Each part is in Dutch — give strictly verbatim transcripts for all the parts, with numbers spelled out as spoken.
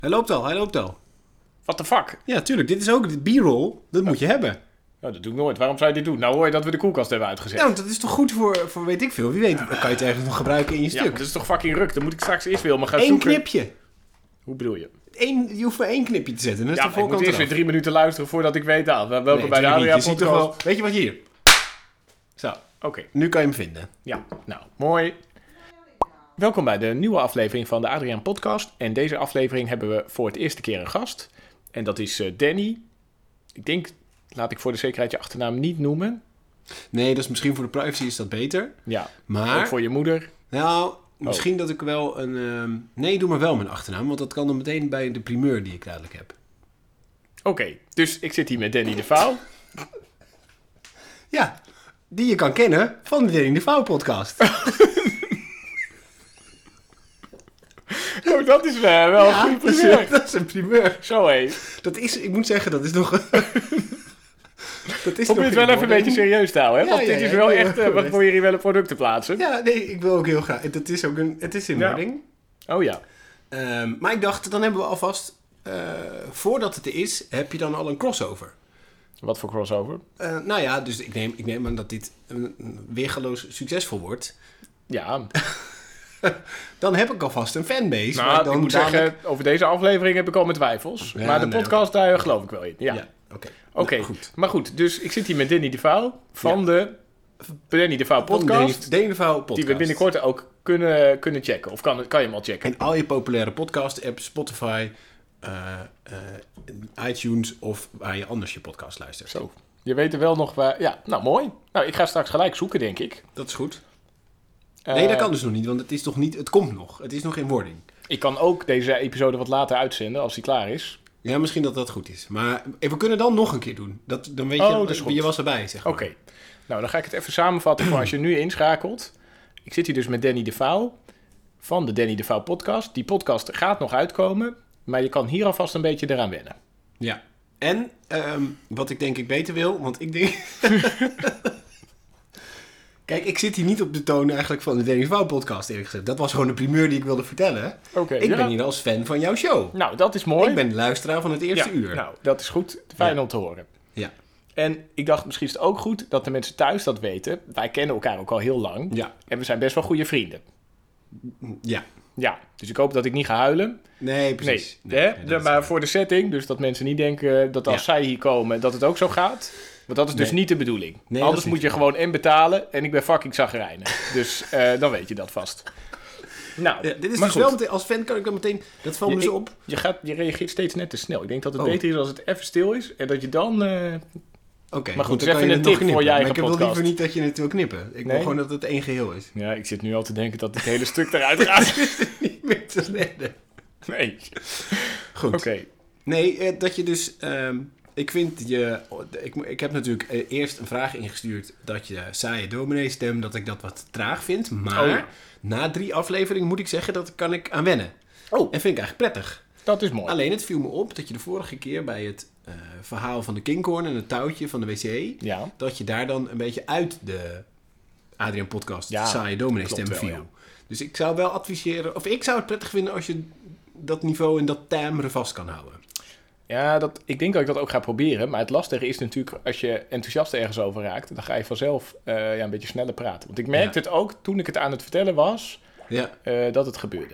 Hij loopt al, hij loopt al. What the fuck? Ja, tuurlijk. Dit is ook de B-roll. Dat moet je hebben. Nou, dat doe ik nooit. Waarom zou je dit doen? Nou hoor je dat we de koelkast hebben uitgezet. Nou, dat is toch goed voor, voor weet ik veel. Wie weet, dan kan je het ergens nog gebruiken in je Ja, stuk. dat is toch fucking ruk. Dan moet ik straks eerst weer maar gaan Eén zoeken. knipje. Hoe bedoel je? Eén, je hoeft maar één knipje te zetten. Dan is Ja, de maar ik moet voorkant eerst weer eraf. drie minuten luisteren voordat ik weet ah, welke Nee, bij de tuurlijk niet. Adria Je ziet toch wel. podcast. Weet je wat hier? Zo, Oké, okay. nu kan je hem vinden. Ja, nou, mooi. Welkom bij de nieuwe aflevering van de Adriaan podcast. En deze aflevering hebben we voor het eerste keer een gast. En dat is uh, Danny. Ik denk, laat ik voor de zekerheid je achternaam niet noemen. Nee, dus misschien voor de privacy is dat beter. Ja, Maar, ook voor je moeder. nou, misschien oh. dat ik wel een... Um... Nee, doe maar wel mijn achternaam. Want dat kan dan meteen bij de primeur die ik dadelijk heb. Oké, okay, dus ik zit hier met Danny de Vouw. Ja, die je kan kennen van de Danny de Vouw podcast. Oh, dat is uh, wel ja, een goede primeur. Dat is, dat is een primeur. Zo hé. Dat is, ik moet zeggen, dat is nog... dat is Probeer het wel even een beetje serieus te houden, hè? Ja, Want ja, dit is ja, wel ja, echt... Uh, we proberen hier wel een product te plaatsen. Ja, nee, ik wil ook heel graag. Dat is ook een... Het is in wording. Ja. Oh ja. Um, maar ik dacht, dan hebben we alvast... Uh, voordat het er is, heb je dan al een crossover. Wat voor crossover? Uh, nou ja, dus ik neem, ik neem aan dat dit een, een weergaloos succesvol wordt. Ja. Dan heb ik alvast een fanbase. Nou, maar dan ik moet dadelijk... zeggen, over deze aflevering heb ik al mijn twijfels. Ja, maar de nee, podcast, okay. daar geloof ik wel in. Ja, ja oké. Okay. Oké, nou, goed. Maar goed, dus ik zit hier met Danny de Vouw van ja. de Danny de Vouw podcast. Danny de Vouw podcast. Die we binnenkort ook kunnen, kunnen checken. Of kan, kan je hem al checken? En al je populaire podcast apps, Spotify, uh, uh, iTunes of waar je anders je podcast luistert. Zo. Je weet er wel nog waar... Ja, nou mooi. Nou, ik ga straks gelijk zoeken, denk ik. Dat is goed. Nee, uh, dat kan dus nog niet, want het is toch niet... Het komt nog. Het is nog in wording. Ik kan ook deze episode wat later uitzenden, als die klaar is. Ja, misschien dat dat goed is. Maar we kunnen dan nog een keer doen. Dat, dan weet je, oh, dat je was erbij, zeg maar. Oké. Okay. Nou, dan ga ik het even samenvatten voor als je nu inschakelt. Ik zit hier dus met Danny de Vouw van de Danny de Vouw podcast. Die podcast gaat nog uitkomen, maar je kan hier alvast een beetje eraan wennen. Ja. En um, wat ik denk ik beter wil, want ik denk... Kijk, ik zit hier niet op de toon eigenlijk van de Danny de Vouw podcast, eerlijk gezegd. Dat was gewoon de primeur die ik wilde vertellen. Okay, ik ja. ben hier als fan van jouw show. Nou, dat is mooi. Ik ben de luisteraar van het eerste ja, uur. Nou, dat is goed. Fijn ja. om te horen. Ja. En ik dacht, misschien is het ook goed dat de mensen thuis dat weten. Wij kennen elkaar ook al heel lang. Ja. En we zijn best wel goede vrienden. Ja. Ja, dus ik hoop dat ik niet ga huilen. Nee, precies. Nee, nee, hè? nee, de, maar waar. Voor de setting, dus dat mensen niet denken dat als ja. zij hier komen, dat het ook zo gaat. Want dat is dus nee. niet de bedoeling. Nee, Anders moet je waar. gewoon en betalen en ik ben fucking chagrijnig. Dus uh, dan weet je dat vast. Nou, ja, dit is maar dus goed. wel meteen, als fan kan ik dan meteen, dat valt me dus op. Je, gaat, je reageert steeds net te snel. Ik denk dat het oh. beter is als het even stil is en dat je dan... Uh, Oké, okay, maar goed, goed, dus even een tip voor je eigen maar ik podcast. wil liever niet dat je het wil knippen. Ik nee? wil gewoon dat het één geheel is. Ja, ik zit nu al te denken dat het hele stuk eruit gaat. niet meer te redden. Nee. Goed. Oké. Okay. Nee, uh, dat je dus... Um, ik vind je... Ik, ik heb natuurlijk uh, eerst een vraag ingestuurd dat je saaie dominee stem, dat ik dat wat traag vind. Maar oh, ja. na drie afleveringen moet ik zeggen, dat kan ik aan wennen. Oh. En vind ik eigenlijk prettig. Dat is mooi. Alleen het viel me op dat je de vorige keer bij het uh, verhaal van de Kinkhorn en het touwtje van de W C... Ja. dat je daar dan een beetje uit de Adriaan podcast ja, saaie dominee stem viel. Ja. Dus ik zou wel adviseren... Of ik zou het prettig vinden als je dat niveau en dat timbre vast kan houden. Ja, dat, ik denk dat ik dat ook ga proberen. Maar het lastige is natuurlijk, als je enthousiast ergens over raakt, dan ga je vanzelf uh, ja, een beetje sneller praten. Want ik merkte ja. het ook toen ik het aan het vertellen was, ja. uh, dat het gebeurde.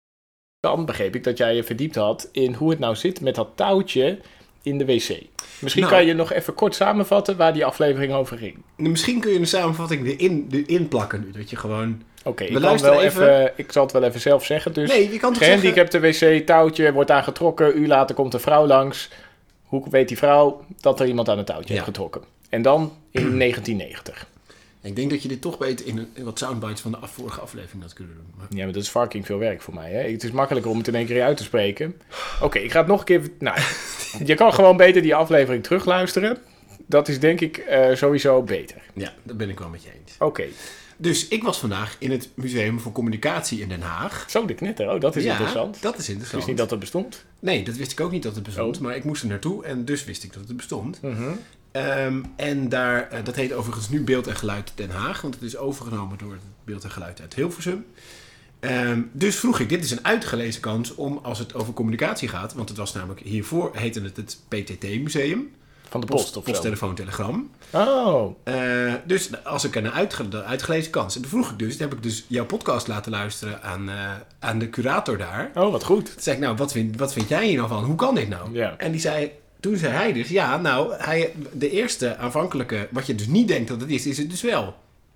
Dan begreep ik dat jij je verdiept had in hoe het nou zit met dat touwtje in de wc. Misschien nou, kan je nog even kort samenvatten waar die aflevering over ging. Misschien kun je een samenvatting erin, erin plakken nu. Dat je gewoon... Oké, okay, ik, wel even... even, ik zal het wel even zelf zeggen. Dus nee, je kan toch gehandicapte zeggen... wc-touwtje wordt aangetrokken. Een uur later komt een vrouw langs. Hoe weet die vrouw dat er iemand aan het touwtje ja. heeft getrokken? En dan in negentien negentig. Ik denk dat je dit toch beter in, een, in wat soundbites van de af, vorige aflevering had kunnen doen. Maar... Ja, maar dat is fucking veel werk voor mij. Hè? Het is makkelijker om het in één keer uit te spreken. Oké, okay, ik ga het nog een keer... Nou, je kan gewoon beter die aflevering terugluisteren. Dat is denk ik uh, sowieso beter. Ja, dat ben ik wel met je eens. Oké. Okay. Dus ik was vandaag in het Museum voor Communicatie in Den Haag. Zo, de knitter. Oh, dat is ja, interessant. dat is interessant. Ik wist niet dat het bestond. Nee, dat wist ik ook niet dat het bestond. Oh. Maar ik moest er naartoe en dus wist ik dat het bestond. Mm-hmm. Um, en daar, uh, dat heet overigens nu Beeld en Geluid Den Haag. Want het is overgenomen door het Beeld en Geluid uit Hilversum. Um, dus vroeg ik, dit is een uitgelezen kans om, als het over communicatie gaat... want het was namelijk, hiervoor heette het het P T T-museum... Van de post, post of post, zo? telefoon, telegram. Oh. Uh, dus als ik een uitge- uitgelezen kans... En toen vroeg ik dus, toen heb ik dus jouw podcast laten luisteren aan, uh, aan de curator daar. Oh, wat goed. Toen zei ik, nou, wat vind, wat vind jij hier nou van? Hoe kan dit nou? Ja. En die zei, toen zei hij dus, ja, nou, hij, de eerste aanvankelijke... Wat je dus niet denkt dat het is, is het dus wel.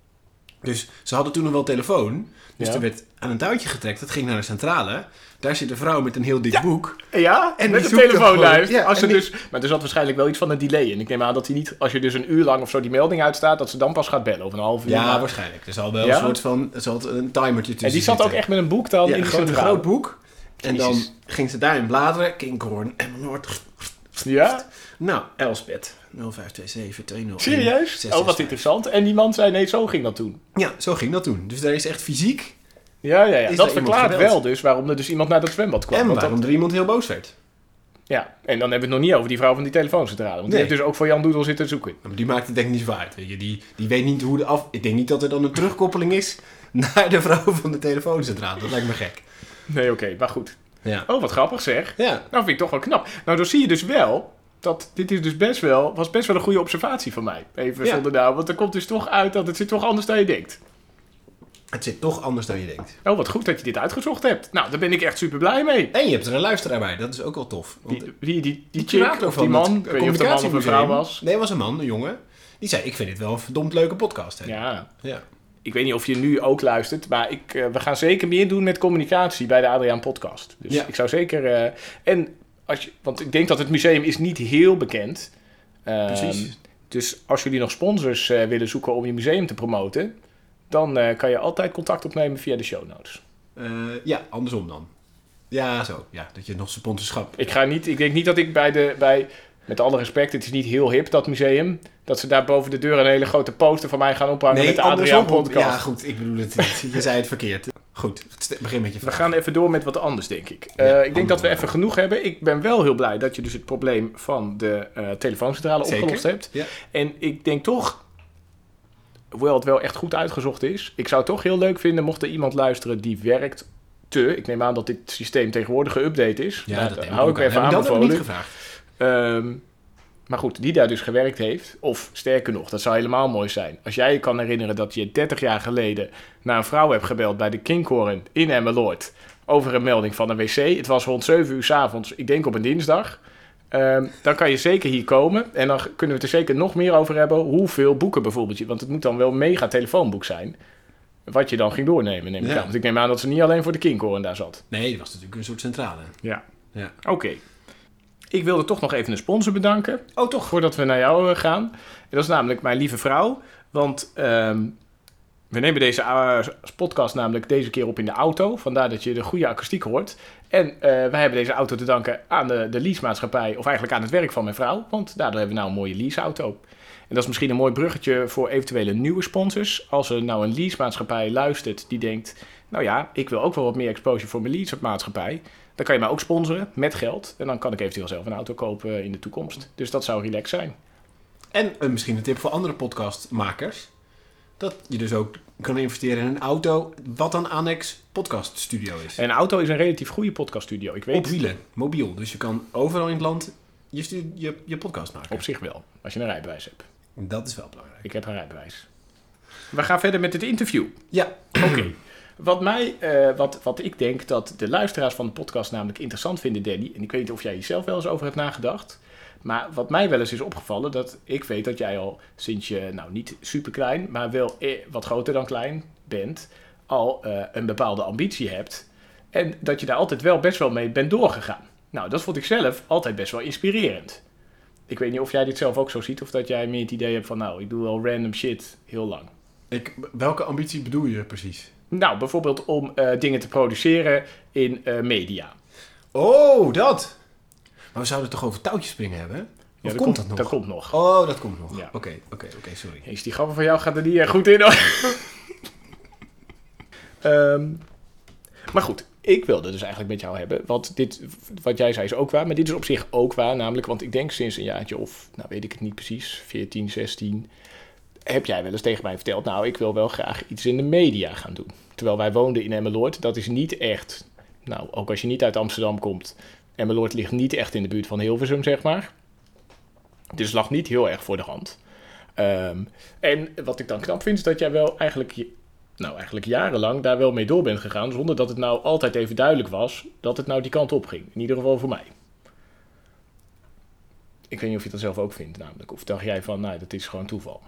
Dus ze hadden toen nog wel telefoon. Dus Ja. er werd aan een touwtje getrekt. Dat ging naar de centrale. Daar zit een vrouw met een heel dik Ja. boek. Ja, En met die de zoekt telefoonlijst. gewoon- ja, als ze en die- dus, maar er zat waarschijnlijk wel iets van een delay in. Ik neem aan dat hij niet, als je dus een uur lang of zo die melding uitstaat, dat ze dan pas gaat bellen. Of een half uur. Ja, Maar- waarschijnlijk. Er zal wel Ja? een soort van... Er zal een timertje tussen En die zat ook zitten. echt met een boek dan Ja, in een die groot, centrale. groot boek. En dan Jezus. ging ze daarin bladeren. Kinkerhoorn, Emmeloord. Ja? Nou, Elspet. nul vijf twee zeven twee nul Serieus? Oh, wat interessant. En die man zei, nee, zo ging dat toen. Ja, zo ging dat toen. Dus daar is echt fysiek. Ja, ja, ja. Is Dat er iemand verklaart gebeld? wel dus waarom er dus iemand naar dat zwembad kwam. En Want waarom dat, er iemand heel boos werd. ja, en dan hebben we het nog niet over die vrouw van die telefooncentrale. Want die Nee. heeft dus ook voor Jan Doedel zitten zoeken. Maar die maakt het denk ik niet zo uit. Weet je. Die, die weet niet hoe de af... Ik denk niet dat er dan een terugkoppeling is naar de vrouw van de telefooncentrale. Dat lijkt me gek. Nee, oké, maar goed. Ja. Oh, wat grappig zeg. Ja. Nou, vind ik toch wel knap. Nou, dan zie je dus wel dat dit is dus best wel, was best wel een goede observatie van mij. Even Ja. zonder nou, want er komt dus toch uit dat het zit toch anders dan je denkt. Het zit toch anders dan je denkt. Oh, wat goed dat je dit uitgezocht hebt. Nou, daar ben ik echt super blij mee. En je hebt er een luisteraar bij. Dat is ook wel tof. Want Die, die, die, die curator chick, of die man, ik weet niet of het een man of een vrouw was. Nee, het was een man, een jongen. Die zei, ik vind dit wel een verdomd leuke podcast. Hè? Ja, Ja. ik weet niet of je nu ook luistert, maar ik, uh, we gaan zeker meer doen met communicatie bij de Adriaan Podcast. Dus Ja. ik zou zeker... Uh, en als je, want ik denk dat het museum is niet heel bekend. Um, Precies. Dus als jullie nog sponsors uh, willen zoeken om je museum te promoten, dan uh, kan je altijd contact opnemen via de show notes. Uh, ja, andersom dan. Ja, zo. Ja, dat je nog sponsorschap... Ik ga niet, ik denk niet dat ik bij de, bij, met alle respect, het is niet heel hip dat museum, dat ze daar boven de deur een hele grote poster van mij gaan ophangen met de Adriaan andersom. Podcast. Ja, goed. Ik bedoel het niet. Je zei het verkeerd. Goed. Begin met je We vraag. gaan even door met wat anders, denk ik. Ja, Uh, ik denk dat we ander even genoeg hebben. Ik ben wel heel blij dat je dus het probleem van de uh, telefooncentrale Zeker. opgelost hebt. Ja. En ik denk toch, hoewel het wel echt goed uitgezocht is, ik zou het toch heel leuk vinden mocht er iemand luisteren die werkt te. Ik neem aan dat dit systeem tegenwoordig geüpdate is. Ja, Daar dat hou ik even Dat heb ik niet aanbevolen. gevraagd. Um, maar goed, die daar dus gewerkt heeft. Of sterker nog, dat zou helemaal mooi zijn. Als jij je kan herinneren dat je dertig jaar geleden naar een vrouw hebt gebeld bij de Kinkerhoorn in Emmeloord over een melding van een wc. Het was rond zeven uur 's avonds, ik denk op een dinsdag. Um, dan kan je zeker hier komen. En dan kunnen we het er zeker nog meer over hebben. Hoeveel boeken bijvoorbeeld je... Want het moet dan wel een mega telefoonboek zijn. Wat je dan ging doornemen, neem ik Ja. aan. Want ik neem aan dat ze niet alleen voor de Kinkerhoorn daar zat. Nee, dat was natuurlijk een soort centrale. Ja. Ja. Oké. Okay. Ik wilde toch nog even een sponsor bedanken. Oh, toch? Voordat we naar jou uh, gaan. En dat is namelijk mijn lieve vrouw. Want um, we nemen deze uh, podcast namelijk deze keer op in de auto. Vandaar dat je de goede akoestiek hoort. En uh, wij hebben deze auto te danken aan de, de leasemaatschappij. Of eigenlijk aan het werk van mijn vrouw. Want daardoor hebben we nou een mooie leaseauto. En dat is misschien een mooi bruggetje voor eventuele nieuwe sponsors. Als er nou een leasemaatschappij luistert die denkt... Nou ja, ik wil ook wel wat meer exposure voor mijn leasemaatschappij. Dan kan je mij ook sponsoren met geld. En dan kan ik eventueel zelf een auto kopen in de toekomst. Dus dat zou relaxed zijn. En uh, misschien een tip voor andere podcastmakers. Dat je dus ook kan investeren in een auto wat dan annex podcaststudio is. En een auto is een relatief goede podcaststudio. Ik weet Op wielen, mobiel. Dus je kan overal in het land je, stu- je, je podcast maken. Op zich wel, als je een rijbewijs hebt. Dat is wel belangrijk. Ik heb een rijbewijs. We gaan verder met het interview. Ja. Oké. Okay. Wat, mij, uh, wat, wat ik denk dat de luisteraars van de podcast namelijk interessant vinden, Danny. En ik weet niet of jij hier zelf wel eens over hebt nagedacht. Maar wat mij wel eens is opgevallen, dat ik weet dat jij al sinds je, nou niet super klein, maar wel eh, wat groter dan klein bent, al uh, een bepaalde ambitie hebt. En dat je daar altijd wel best wel mee bent doorgegaan. Nou, dat vond ik zelf altijd best wel inspirerend. Ik weet niet of jij dit zelf ook zo ziet, of dat jij meer het idee hebt van, nou, ik doe wel random shit heel lang. Ik, welke ambitie bedoel je precies? Nou, bijvoorbeeld om uh, dingen te produceren in uh, media. Oh, dat! Maar we zouden het toch over touwtjes springen hebben, hè? Of Ja, dat komt, komt dat nog? Dat komt nog. Oh, dat komt nog. Ja. Oké, oké, oké, okay, sorry. Is die grappen van jou gaat er niet echt goed in, hoor. um, maar goed, ik wilde dus eigenlijk met jou hebben, want dit, wat jij zei is ook waar, maar dit is op zich ook waar, namelijk, want ik denk sinds een jaartje of, nou weet ik het niet precies, veertien, zestien, heb jij wel eens tegen mij verteld, nou, ik wil wel graag iets in de media gaan doen. Terwijl wij woonden in Emmeloord, dat is niet echt, nou, ook als je niet uit Amsterdam komt, Emmeloord ligt niet echt in de buurt van Hilversum, zeg maar. Dus het lag niet heel erg voor de hand. Um, en wat ik dan knap vind, is dat jij wel eigenlijk, nou, eigenlijk jarenlang daar wel mee door bent gegaan, zonder dat het nou altijd even duidelijk was dat het nou die kant op ging. In ieder geval voor mij. Ik weet niet of je dat zelf ook vindt, namelijk. Of dacht jij van, nou, dat is gewoon toeval.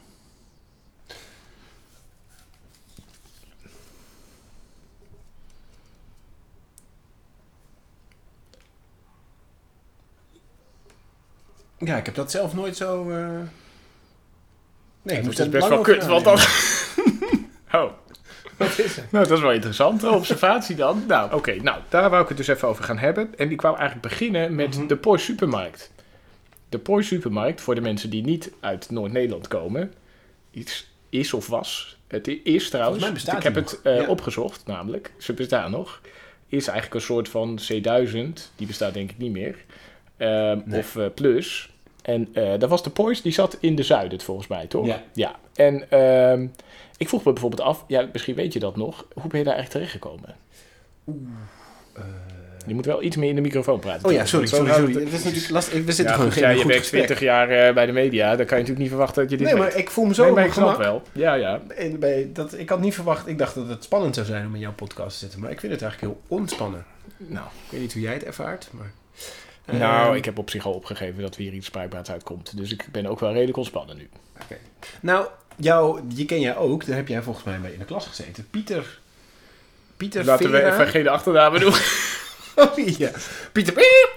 Ja, ik heb dat zelf nooit zo... Uh... Nee, ik moest het best wel kut, want dan... oh. Wat is het? Nou, dat is wel interessant. Observatie dan. Nou, oké. Okay, nou, daar wou ik het dus even over gaan hebben. En ik wou eigenlijk beginnen met mm-hmm. de Poys Supermarkt. De Poys Supermarkt, voor de mensen die niet uit Noord-Nederland komen, iets is of was. Het is trouwens, ik heb het uh, ja. opgezocht, namelijk, ze bestaan nog. Is eigenlijk een soort van C duizend, die bestaat denk ik niet meer. Uh, nee. Of uh, Plus. En uh, dat was de Poys, die zat in de Zuiden volgens mij, toch? Ja. ja. En uh, ik vroeg me bijvoorbeeld af, ja, misschien weet je dat nog, hoe ben je daar eigenlijk terechtgekomen? Oeh. Uh... Je moet wel iets meer in de microfoon praten. Oh ja, sorry, sorry, sorry. Het is natuurlijk lastig. We zitten ja, gewoon geen ja, goed je werkt gesprek. twintig jaar uh, bij de media, dan kan je natuurlijk niet verwachten dat je dit Nee, weet. maar ik voel me zo nee, op maar mijn ik snap gemak. wel. Ja, ja. En bij dat, ik had niet verwacht, ik dacht dat het spannend zou zijn om in jouw podcast te zitten. Maar ik vind het eigenlijk heel ontspannen. Nou, ik weet niet hoe jij het ervaart, maar... Uh, nou, ik heb op zich al opgegeven dat we hier iets bruikbaars uitkomt. Dus ik ben ook wel redelijk ontspannen nu. Oké. Okay. Nou, jou, die ken jij ook. Daar heb jij volgens mij mee in de klas gezeten. Pieter... Pieter Laten Vera. we even geen achternamen doen. Oh ja. Pieter Piep.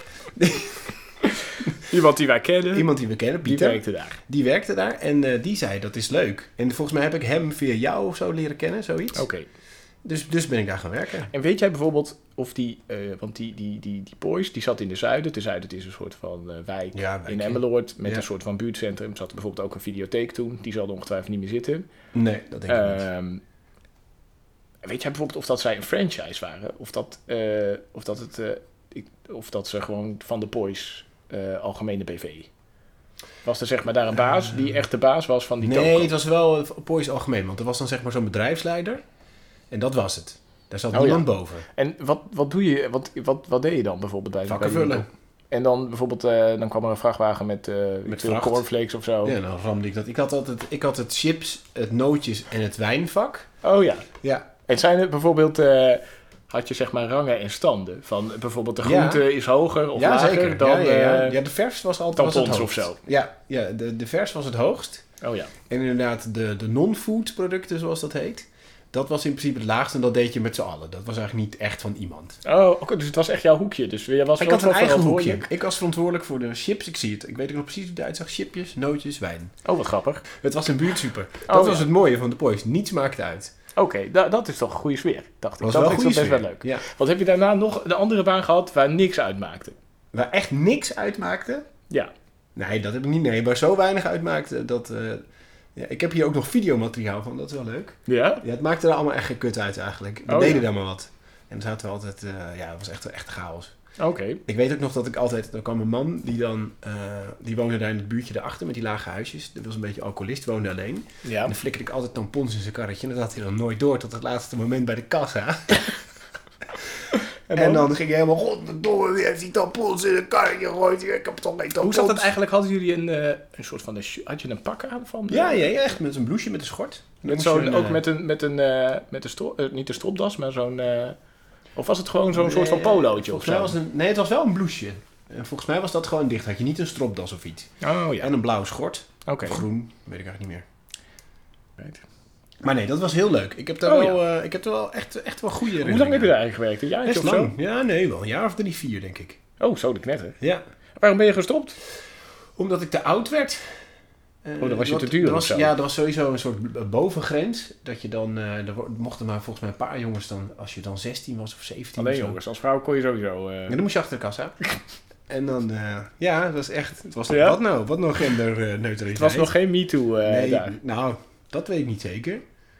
Iemand die wij kennen. Iemand die we kennen, Pieter. Die werkte daar. Die werkte daar en uh, die zei dat is leuk. En volgens mij heb ik hem via jou of zo leren kennen, zoiets. Oké. Okay. Dus, dus ben ik daar gaan werken. En weet jij bijvoorbeeld of die, uh, want die, die, die, die Poys, die zat in de Zuiden. De Zuiden is een soort van uh, wijk, ja, wijk in Emmeloord met ja. een soort van buurtcentrum. Er zat er bijvoorbeeld ook een videotheek toen. Die zal er ongetwijfeld niet meer zitten. Nee, dat denk ik uh, niet. Weet jij bijvoorbeeld of dat zij een franchise waren? Of dat, uh, of dat, het, uh, ik, of dat ze gewoon van de Poys uh, algemene B V? Was er zeg maar daar een baas die echt de baas was van die nee, toko? Nee, het was wel Poys algemeen. Want er was dan zeg maar zo'n bedrijfsleider. En dat was het. Daar zat oh, niemand ja. boven. En wat, wat doe je, wat, wat, wat deed je dan bijvoorbeeld bij Vakken vullen. En dan bijvoorbeeld, uh, dan kwam er een vrachtwagen met, uh, met veel cornflakes of zo. Ja, dan ramde ik dat. Ik had altijd, ik had het chips, het nootjes en het wijnvak. Oh ja. Ja. En zijn er bijvoorbeeld, uh, had je zeg maar rangen en standen? Van bijvoorbeeld de groente ja. is hoger of ja, lager zeker. dan... Ja, ja, ja. Uh, ja, de vers was altijd was het hoogst. Of zo. Ja, ja de, de vers was het hoogst. Oh ja. En inderdaad de, de non-food producten, zoals dat heet. Dat was in principe het laagste en dat deed je met z'n allen. Dat was eigenlijk niet echt van iemand. Oh, okay, dus het was echt jouw hoekje. Dus jij was ik had een eigen hoekje. Ik was verantwoordelijk voor de chips. Ik zie het. Ik weet ook nog precies hoe het eruit zag. Chipjes, nootjes, wijn. Oh, wat grappig. Het was een buurtsuper. Dat oh, was ja. het mooie van de Poys. Niets maakte uit. Oké, okay, da- dat is toch een goede sfeer, dacht ik. Was dat wel is best sfeer. wel leuk. Ja. Wat heb je daarna nog de andere baan gehad waar niks uitmaakte? Waar echt niks uitmaakte? Ja. Nee, dat heb ik niet. Nee, waar zo weinig uitmaakte dat... Uh, Ja, ik heb hier ook nog videomateriaal van, dat is wel leuk. Ja? Ja, het maakte er allemaal echt geen kut uit eigenlijk. We oh, deden ja. daar maar wat. En dan zaten we altijd, uh, ja, het was echt, echt chaos. Oké. Okay. Ik weet ook nog dat ik altijd, er kwam een man, die dan, uh, die woonde daar in het buurtje daarachter met die lage huisjes. Dat was een beetje alcoholist, woonde alleen. Ja. En dan flikkerde ik altijd tampons in zijn karretje. En dat had hij dan nooit door tot het laatste moment bij de kassa. En dan? en dan ging je helemaal, godverdomme, wie heeft die tampons in een karretje gegooid? Ik heb toch geen tampons. Hoe zat dat eigenlijk? Hadden jullie een, uh, een soort van, een, had je een pak aan van? Ja, ja, ja, echt met een blouseje met een schort. Met zo'n, een, ook uh, met een, met een, uh, met een stro- uh, niet een stropdas, maar zo'n, uh, of was het gewoon zo'n nee, soort van polootje of zo? Was een, nee, het was wel een blouseje. En volgens mij was dat gewoon dicht. Had je niet een stropdas of iets. Oh ja. En een blauw schort. Oké. Okay. Of groen, weet ik eigenlijk niet meer. Right. Maar nee, dat was heel leuk. Ik heb daar oh, wel, ja. uh, ik heb er wel echt, echt wel goede herinneringen. Hoe lang heb je daar eigenlijk gewerkt? Een jaartje of lang. zo? Ja, nee, wel een jaar of drie, vier denk ik. Oh, zo de knetter. Ja. Waarom ben je gestopt? Omdat ik te oud werd. Uh, oh, dan was je wat, te duur was, of zo? Ja, er was sowieso een soort bovengrens. Dat je dan, uh, er mochten maar volgens mij een paar jongens dan, als je dan zestien was of zeventien. Alleen of jongens, als vrouw kon je sowieso... Uh... Ja, dan moest je achter de kassa. En dan, uh, ja, dat was echt, het was, ja? wat nou? Wat nou genderneutraliteit? Het was nog geen MeToo uh, nee, daar. Nou, dat weet ik niet zeker.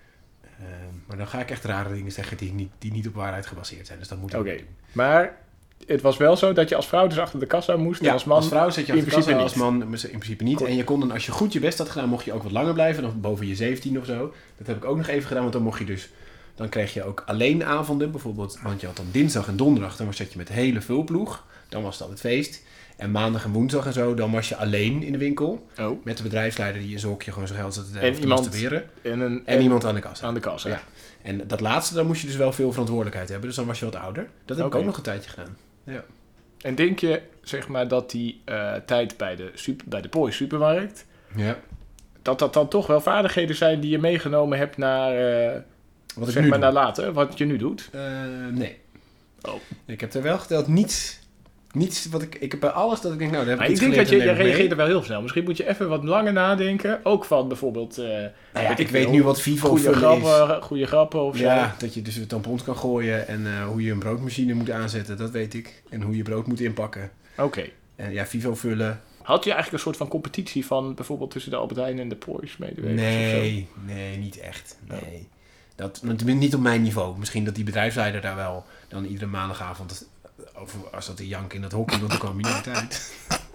Uh, maar dan ga ik echt rare dingen zeggen die niet, die niet op waarheid gebaseerd zijn. Dus dat moet ik Oké, okay. maar het was wel zo dat je als vrouw dus achter de kassa moest. Ja, en als man als vrouw zat je in achter de principe kassa, als niet. man in principe niet. En je kon dan, als je goed je best had gedaan, mocht je ook wat langer blijven. Dan boven je zeventien of zo. Dat heb ik ook nog even gedaan, want dan mocht je dus... Dan kreeg je ook alleen avonden, bijvoorbeeld. Want je had dan dinsdag en donderdag, dan zat je met de hele vulploeg. Dan was het al het feest. En maandag en woensdag en zo, dan was je alleen in de winkel. Oh. Met de bedrijfsleider die in zijn hokje gewoon zijn geld zat te En iemand, en, en, een, en, en iemand aan de kassa. aan de kassa. Ja. En dat laatste, dan moest je dus wel veel verantwoordelijkheid hebben. Dus dan was je wat ouder. Dat heb Okay. ik ook nog een tijdje gedaan. Ja. En denk je, zeg maar, dat die uh, tijd bij de, super, bij de Pooi supermarkt... Ja. dat dat dan toch wel vaardigheden zijn die je meegenomen hebt naar... Uh, wat ik zeg nu maar doe. naar later, wat je nu doet? Uh, nee. Oh. Ik heb er wel geteld niets... Niets wat ik... Ik heb bij alles dat ik denk, nou, daar heb Maar ik ik iets denk dat je, geleerd je en neem ik reageert er wel heel snel. Misschien moet je even wat langer nadenken. Ook van bijvoorbeeld... Uh, Nou ja, ik, ik weet veel, nu wat Vivo goede vullen grappen, goede grappen of is. zo. Ja, dat je dus de tampons kan gooien en uh, hoe je een broodmachine moet aanzetten, dat weet ik. En hoe je brood moet inpakken. Oké. Okay. En ja, Vivo vullen. Had je eigenlijk een soort van competitie van bijvoorbeeld tussen de Albert Heijn en de Poys medewerkers? Nee, nee, niet echt. Nee. Dat, niet op mijn niveau. Misschien dat die bedrijfsleider daar wel dan iedere maandagavond... Over, als dat een jank in dat hokje, dan kom je niet uit.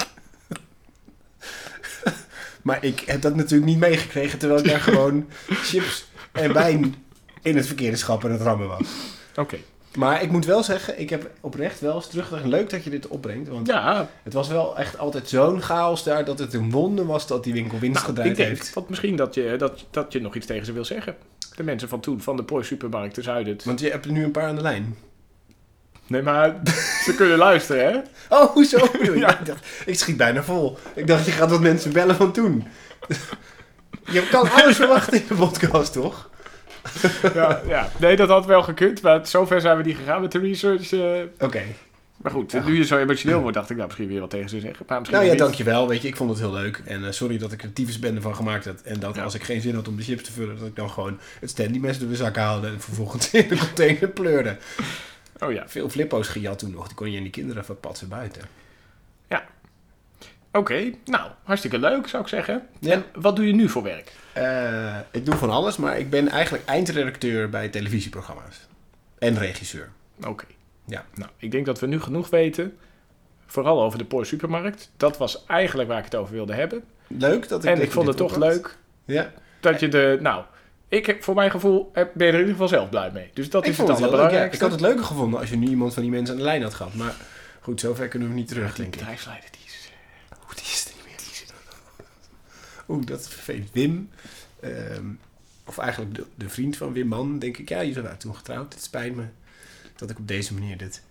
Maar ik heb dat natuurlijk niet meegekregen, terwijl ik daar gewoon chips en wijn in het verkeerde schap en het rammen was. Oké. Okay. Maar ik moet wel zeggen, ik heb oprecht wel eens teruggedacht. Leuk dat je dit opbrengt, want ja. Het was wel echt altijd zo'n chaos daar, dat het een wonder was dat die winkel winst nou, gedraaid ik denk, heeft. Want misschien dat je, dat, dat je nog iets tegen ze wil zeggen. De mensen van toen, van de Pooi supermarkt te Zuiden. Want je hebt er nu een paar aan de lijn. Nee, maar ze kunnen luisteren, hè? Oh, hoezo? Ja. ik, dacht, ik schiet bijna vol. Ik dacht, je gaat wat mensen bellen van toen. Je kan alles verwachten in de podcast, toch? ja, ja, nee, dat had wel gekund. Maar zover zijn we niet gegaan met de research. Uh... Oké. Okay. Maar goed, ja. nu je zo emotioneel wordt, dacht ik nou misschien weer wat tegen ze zeggen. Maar nou ja, dankjewel. Weet je, ik vond het heel leuk. En uh, sorry dat ik er tyfusbende van gemaakt had. En dat ja. als ik geen zin had om de chips te vullen, dat ik dan gewoon het Standy-mes door de zak haalde en vervolgens in de container pleurde. Oh ja. Veel flippo's gejat toen nog. Die kon je aan die kinderen verpatsen buiten. Ja. Oké, okay. Nou, hartstikke leuk zou ik zeggen. Ja. En wat doe je nu voor werk? Uh, ik doe van alles, maar ik ben eigenlijk eindredacteur bij televisieprogramma's. En regisseur. Oké. Okay. Ja. Nou, ik denk dat we nu genoeg weten. Vooral over de Pooi supermarkt. Dat was eigenlijk waar ik het over wilde hebben. Leuk dat ik En ik vond het toch leuk. Ja. Dat je de... Nou, ik heb voor mijn gevoel ben je er in ieder geval zelf blij mee. Dus dat ik is het allerbelangrijkste. Ja. Ik had het leuker gevonden als je nu iemand van die mensen aan de lijn had gehad. Maar goed, zover kunnen we niet terug, ja, denk ik. De bedrijfsleider, die is... Oeh, die is er niet meer. Die is er... Oeh, dat is vervelend. Wim... Um, of eigenlijk de, de vriend van Wim Man, denk ik. Ja, jullie waren toen getrouwd. Het spijt me dat ik op deze manier dit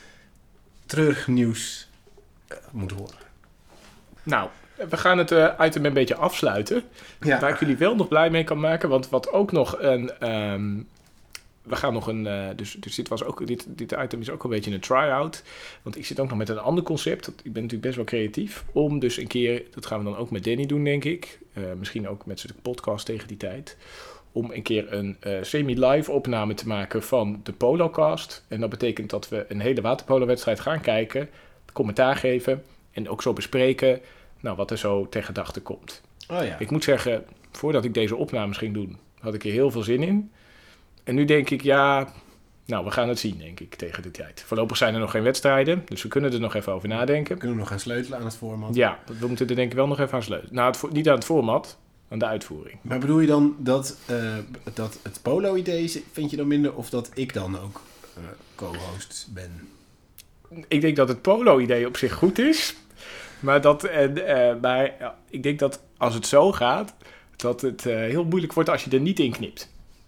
treurig nieuws uh, moet horen. Nou, we gaan het uh, item een beetje afsluiten. Ja. Waar ik jullie wel nog blij mee kan maken. Want wat ook nog een... Um, we gaan nog een... Uh, dus dus dit, was ook, dit, dit item is ook een beetje een try-out. Want ik zit ook nog met een ander concept. Ik ben natuurlijk best wel creatief. Om dus een keer... Dat gaan we dan ook met Danny doen, denk ik. Uh, misschien ook met zijn podcast tegen die tijd. Om een keer een uh, semi-live opname te maken van de Polocast. En dat betekent dat we een hele waterpolo-wedstrijd gaan kijken. Commentaar geven. En ook zo bespreken... Nou, wat er zo ter gedachte komt. Oh ja. Ik moet zeggen, voordat ik deze opnames ging doen, had ik er heel veel zin in. En nu denk ik, ja, nou, we gaan het zien, denk ik, tegen de tijd. Voorlopig zijn er nog geen wedstrijden, dus we kunnen er nog even over nadenken. We kunnen nog gaan sleutelen aan het format. Ja, we moeten er denk ik wel nog even aan sleutelen. Nou, het, niet aan het format, aan de uitvoering. Maar bedoel je dan dat, uh, dat het polo-idee vind je dan minder, of dat ik dan ook uh, co-host ben? Ik denk dat het polo-idee op zich goed is. Maar, dat, en, uh, maar ja, ik denk dat als het zo gaat, dat het uh, heel moeilijk wordt als je er niet in knipt.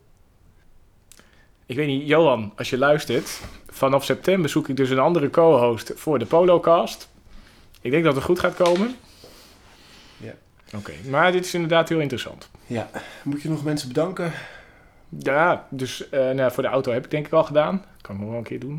Ik weet niet, Johan, als je luistert, vanaf september zoek ik dus een andere co-host voor de Polocast. Ik denk dat het goed gaat komen. Ja. Oké, okay. Maar dit is inderdaad heel interessant. Ja, moet je nog mensen bedanken? Ja, dus uh, nou, voor de auto heb ik denk ik al gedaan. Kan ik nog wel een keer doen.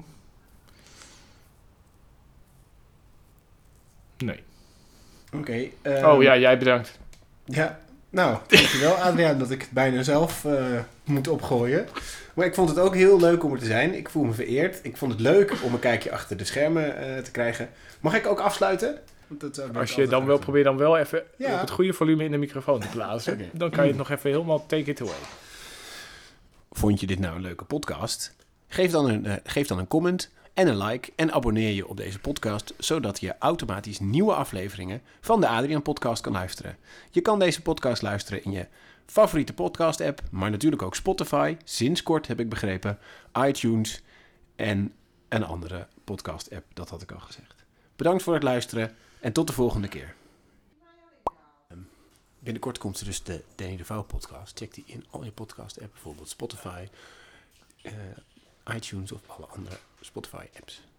Nee. Oké. Okay, um, oh ja, jij bedankt. Ja, nou, dankjewel Adriaan dat ik het bijna zelf uh, moet opgooien. Maar ik vond het ook heel leuk om er te zijn. Ik voel me vereerd. Ik vond het leuk om een kijkje achter de schermen uh, te krijgen. Mag ik ook afsluiten? Want dat, uh, Als je dan wel probeer dan wel even ja. op het goede volume in de microfoon te plaatsen. Okay. Dan kan je het nog even helemaal take it away. Vond je dit nou een leuke podcast? Geef dan een, uh, geef dan een comment en een like en abonneer je op deze podcast, zodat je automatisch nieuwe afleveringen van de Adriaan Podcast kan luisteren. Je kan deze podcast luisteren in je favoriete podcast app, maar natuurlijk ook Spotify, sinds kort heb ik begrepen, iTunes en een andere podcast app, dat had ik al gezegd. Bedankt voor het luisteren en tot de volgende keer. Binnenkort komt er dus de Danny de Vouw podcast. Check die in al je podcast app, bijvoorbeeld Spotify, uh, iTunes of alle andere Spotify apps.